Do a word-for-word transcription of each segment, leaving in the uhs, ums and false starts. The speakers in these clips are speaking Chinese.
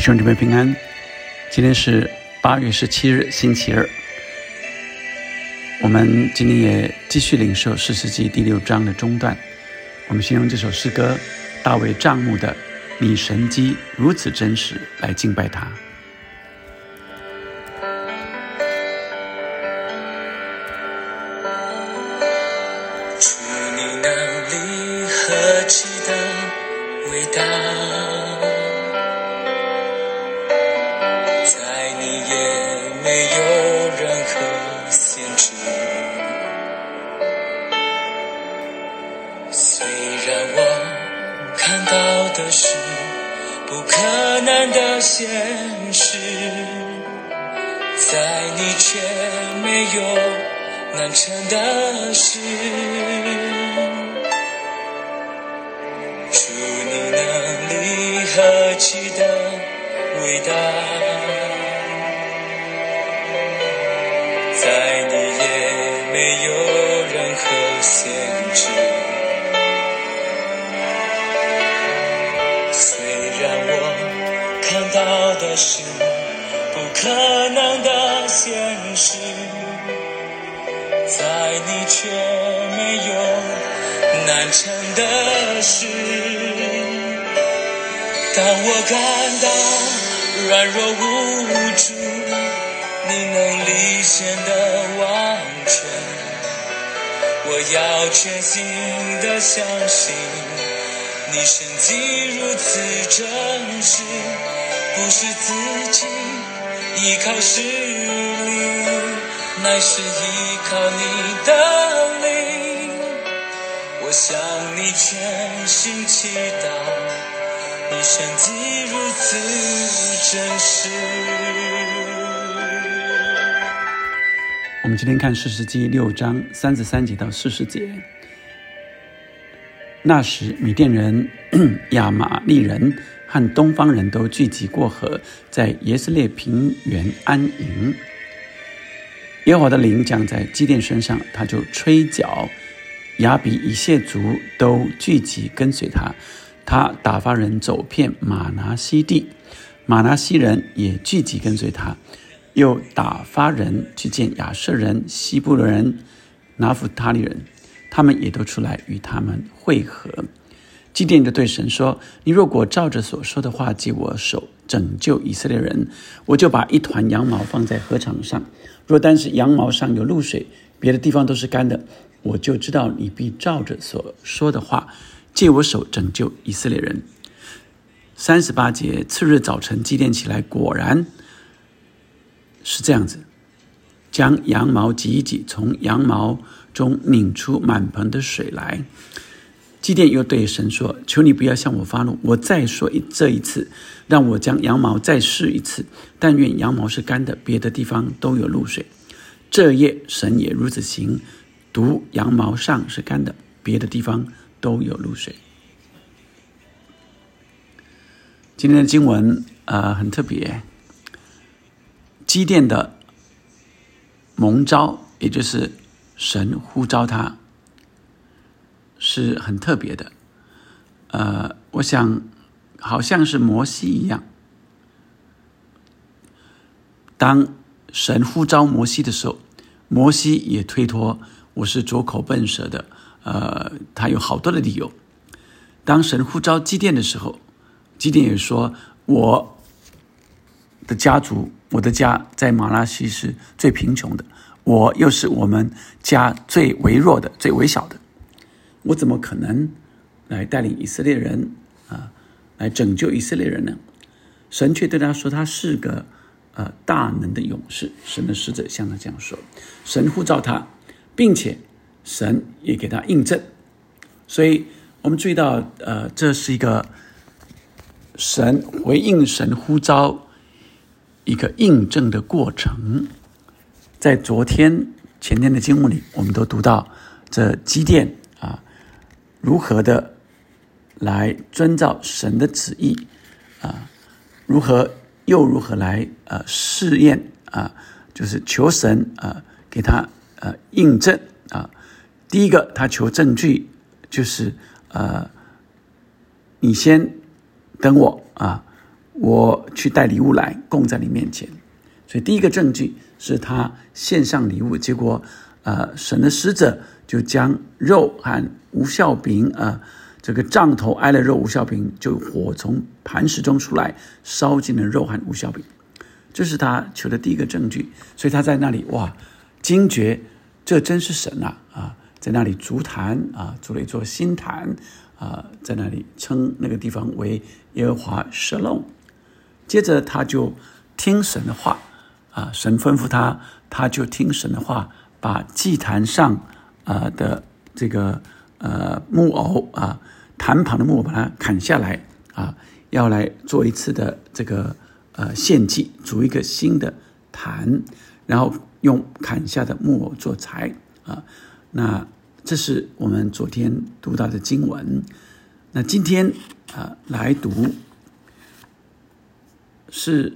兄姊妹平安，今天是八月十七日星期二，我们今天也继续领受士师记第六章的中段。我们先用这首诗歌大卫帐幕的你神迹如此真实来敬拜他。 主你能力何其的伟大，在你也没有任何限制。虽然我看到的是不可能的现实，在你却没有难成的事。主你能力何其的伟大，在你也没有任何限制。虽然我看到的是不可能的现实，在你却没有难成的事。当我感到软弱无助，你能力显得完全，我要全心的相信你神迹如此真实，不是自己依靠实力，乃是依靠你的灵。我向你全心祈祷，你神迹如此真实。 我们今天看士师记六章三十三节到四十节。那时米甸人、亚玛利人和东方人都聚集过河，在耶斯列平原安营。耶和华的灵降在基甸身上，他就吹角，亚比以谢族都聚集跟随他。他打发人走遍马拿西地，马拿西人也聚集跟随他，又打发人去见亚设人、西布伦人、拿弗他利人，他们也都出来与他们会合。基甸就对神说，你若果照着所说的话借我手拯救以色列人，我就把一团羊毛放在禾场上，若单是羊毛上有露水，别的地方都是干的，我就知道你必照着所说的话借我手拯救以色列人。三十八节，次日早晨基甸起来，果然是这样子，将羊毛挤一挤，从羊毛中拧出满盆的水来。基甸又对神说，求你不要向我发怒，我再说这一次，让我将羊毛再试一次，但愿羊毛是干的，别的地方都有露水。这夜神也如此行，独羊毛上是干的，别的地方都有露水。今天的经文呃很特别，基甸的蒙召，也就是神呼召他，是很特别的。呃，我想好像是摩西一样，当神呼召摩西的时候，摩西也推脱我是拙口笨舌的，呃，他有好多的理由。当神呼召基甸的时候，基甸也说，我的家族，我的家在马拉西是最贫穷的，我又是我们家最微弱的、最微小的，我怎么可能来带领以色列人啊，来拯救以色列人呢？神却对他说，他是个呃大能的勇士。神的使者向他这样说，神呼召他，并且神也给他印证。所以我们注意到，呃，这是一个神回应神呼召一个印证的过程。在昨天、前天的经文里，我们都读到这基甸啊，如何的来遵照神的旨意啊，如何又如何来呃试验啊，就是求神啊给他呃印证啊。第一个，他求证据，就是呃，你先等我啊， 我去带礼物来供在你面前。所以第一个证据是他献上礼物，结果呃，神的使者就将肉和无酵饼呃，这个杖头挨了肉无酵饼，就火从磐石中出来，烧尽了肉和无酵饼。这是他求的第一个证据。所以他在那里哇惊觉这真是神啊啊，在那里筑坛啊，筑了一座新坛啊，在那里称那个地方为耶和华舍弄。接着他就听神的话啊，神吩咐他，他就听神的话，把祭坛上呃的这个呃木偶啊，坛旁的木偶把它砍下来啊，要来做一次的这个呃献祭，筑一个新的坛，然后用砍下的木偶做柴啊。那这是我们昨天读到的经文。那今天啊、呃、来读是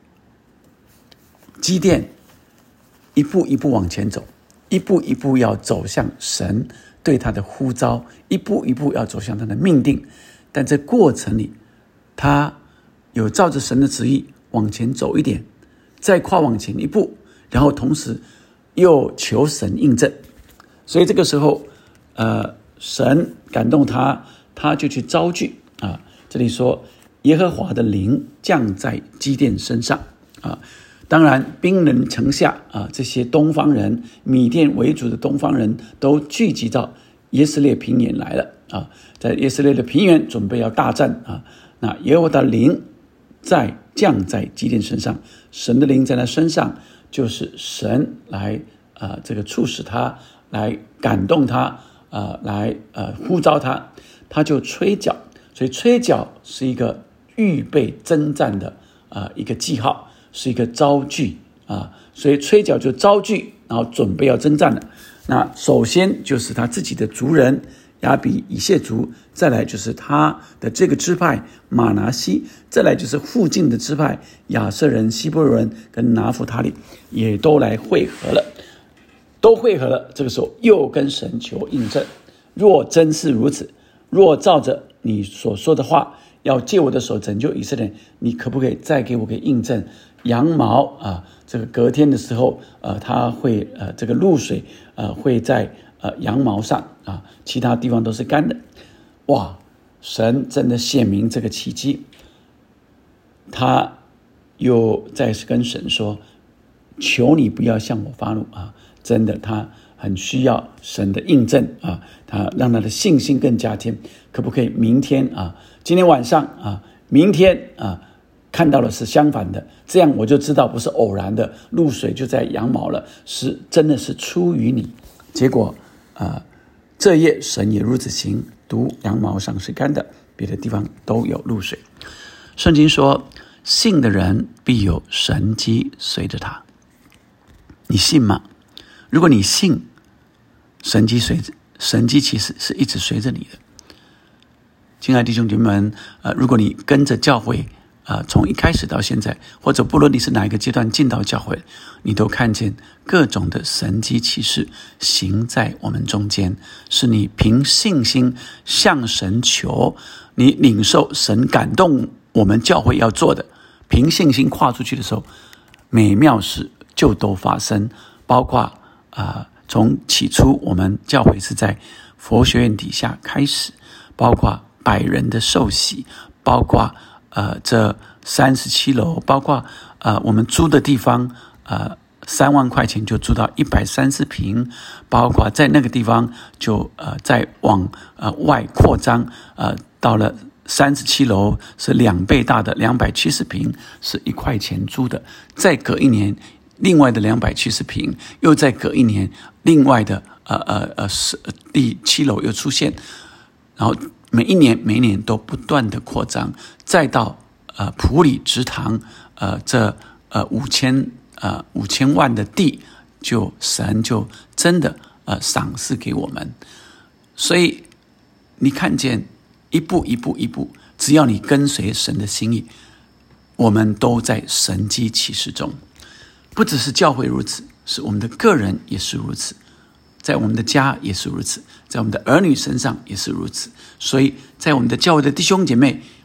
基甸一步一步往前走，一步一步要走向神对他的呼召，一步一步要走向他的命定。但这过程里，他有照着神的旨意往前走一点，再跨往前一步，然后同时又求神印证。所以这个时候呃，神感动他，他就去招聚啊。这里说耶和华的灵降在基甸身上啊。当然兵临城下啊，这些东方人，米甸为主的东方人都聚集到耶斯列平原来了啊，在耶斯列的平原准备要大战啊。那耶和华的灵在降在基甸身上，神的灵在他身上，就是神来啊，这个促使他，来感动他啊，来呃呼召他，他就吹角。所以吹角是一个预备征战的啊一个记号，是一个招聚啊，所以吹角就招聚，然后准备要征战了。那首先就是他自己的族人亚比以谢族，再来就是他的这个支派马拿西，再来就是附近的支派亚瑟人、希伯伦人跟拿弗他利也都来会合了，都会合了。这个时候又跟神求印证，若真是如此，若照着你所说的话，要借我的手拯救以色列，你可不可以再给我个印证？羊毛啊，这个隔天的时候，呃，它会呃，这个露水呃会在呃羊毛上啊，其他地方都是干的。哇，神真的显明这个奇迹。他又再次跟神说：“求你不要向我发怒啊！”真的，他很需要神的印证啊，他让他的信心更加添。可不可以明天啊？今天晚上啊，明天啊？看到的是相反的，这样我就知道不是偶然的，露水就在羊毛了，是真的是出于你。结果呃，这夜神也如此行，独羊毛上是干的，别的地方都有露水。圣经说，信的人必有神迹随着他。你信吗？如果你信，神迹随着神迹其实是一直随着你的。亲爱的弟兄姐妹们，呃，如果你跟着教会呃，从一开始到现在，或者不论你是哪一个阶段进到教会，你都看见各种的神迹奇事行在我们中间，是你凭信心向神求，你领受神感动我们教会要做的，凭信心跨出去的时候，美妙事就都发生。包括呃，从起初我们教会是在佛学院底下开始，包括百人的受洗，包括呃，这三十七楼，包括呃，我们租的地方，呃，三万块钱就租到一百三十平，包括在那个地方就呃，再往呃外扩张，呃，到了三十七楼是两倍大的两百七十平，是一块钱租的。再隔一年，另外的两百七十平，又再隔一年，另外的呃呃呃是第七楼又出现，然后。每一年每一年都不断的扩张，再到呃埔里直堂呃这呃五千呃五千万的地，就神就真的呃赏赐给我们。所以你看见一步一步一步，只要你跟随神的心意，我们都在神迹奇事中。不只是教会如此，是我们的个人也是如此。在我们的家也是如此，在我们的儿女身上也是如此。所以在我们的教会的弟兄姐妹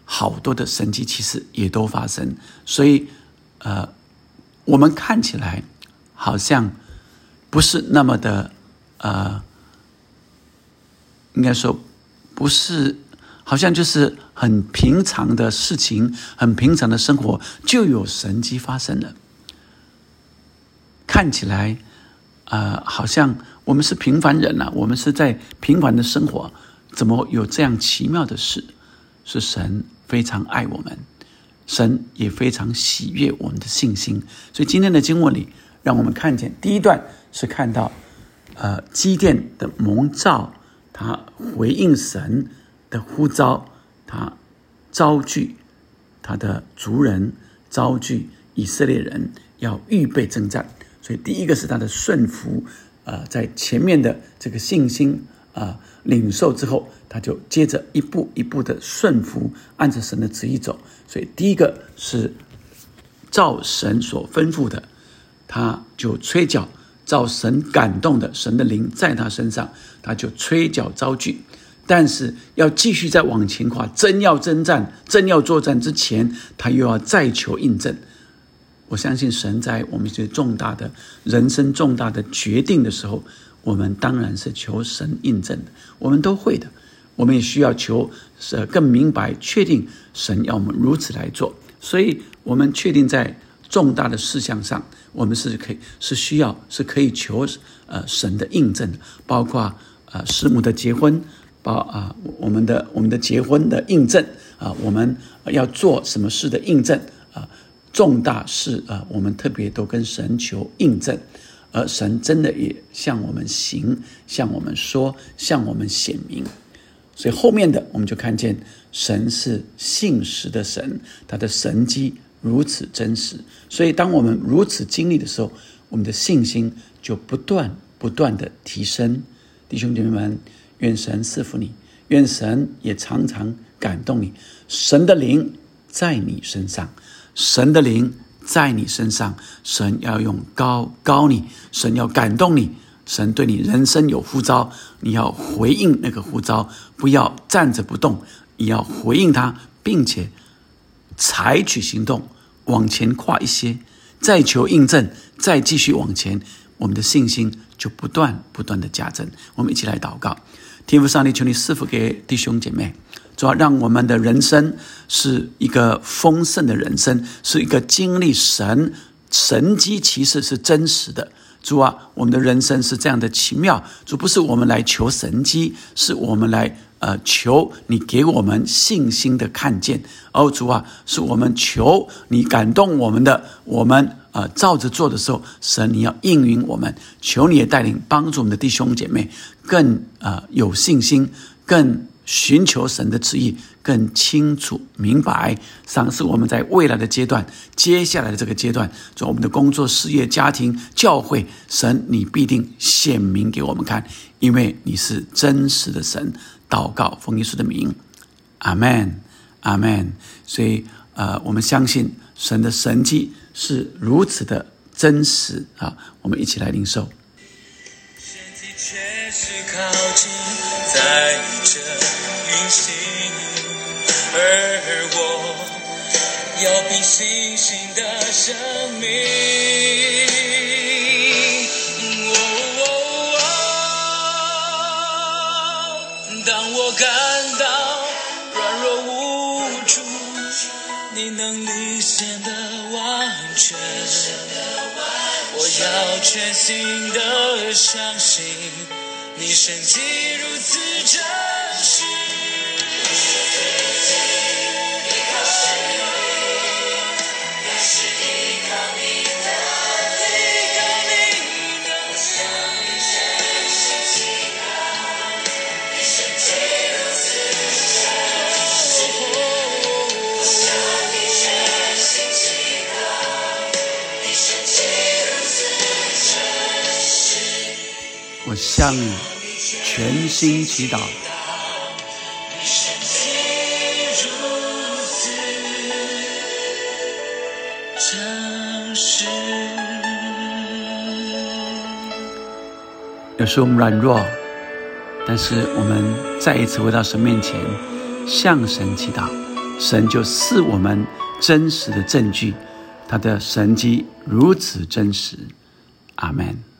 好多的神迹奇事也都发生。所以呃，我们看起来好像不是那么的呃，应该说不是，好像就是很平常的事情，很平常的生活就有神迹发生了。看起来呃，好像我们是平凡人啊，我们是在平凡的生活，怎么有这样奇妙的事？是神非常爱我们，神也非常喜悦我们的信心。所以今天的经文里，让我们看见第一段是看到呃，基甸的蒙召，他回应神的呼召，他召聚他的族人，召聚以色列人要预备征战。所以第一个是他的顺服，呃，在前面的这个信心呃领受之后，他就接着一步一步的顺服，按着神的旨意走。所以第一个是照神所吩咐的，他就吹角，照神感动的，神的灵在他身上，他就吹角召聚。但是要继续再往前跨，真要征战，真要作战之前，他又要再求印证。我相信神在我们这些重大的人生重大的决定的时候，我们当然是求神印证的，我们都会的。我们也需要求更明白确定神要我们如此来做。所以我们确定在重大的事项上，我们是可以是需要是可以求呃神的印证的，包括呃师母的结婚，包啊、呃、我们的我们的结婚的印证啊、呃，我们要做什么事的印证啊、呃，重大事啊、呃，我们特别都跟神求印证。而神真的也向我们行，向我们说，向我们显明。所以后面的我们就看见神是信实的神，他的神迹如此真实。所以当我们如此经历的时候，我们的信心就不断不断的提升。弟兄姐妹们，愿神赐福你，愿神也常常感动你。神的灵在你身上，神的灵在你身上，神要用高高你，神要感动你，神对你人生有呼召，你要回应那个呼召，不要站着不动，你要回应他，并且采取行动，往前跨一些，再求印证，再继续往前，我们的信心就不断不断的加增。我们一起来祷告。天父上帝，求你赐福给弟兄姐妹，主要让我们的人生是一个丰盛的人生，是一个经历神神迹奇事是真实的。主啊，我们的人生是这样的奇妙。主，不是我们来求神迹，是我们来呃求你给我们信心的看见。哦，主啊，是我们求你感动我们的，我们呃照着做的时候，神你要应允我们。求你也带领帮助我们的弟兄姐妹更呃有信心，更寻求神的旨意，更清楚明白，赏赐我们在未来的阶段，接下来的这个阶段，做我们的工作、事业、家庭、教会，神你必定显明给我们看，因为你是真实的神。祷告奉耶稣的名，阿们，阿们。所以呃，我们相信神的神迹是如此的真实啊！我们一起来领受。 身体却是靠近在这运行，而我要凭信心的生命。哦哦哦，当我感到软弱无助，你能力显得完全，我要全心的相信你神迹如此真实。 我向你全心祈祷，有时候我们软弱，但是我们再一次回到神面前，向神祈祷， 神就赐我们真实的证据，他的神迹如此真实。阿们。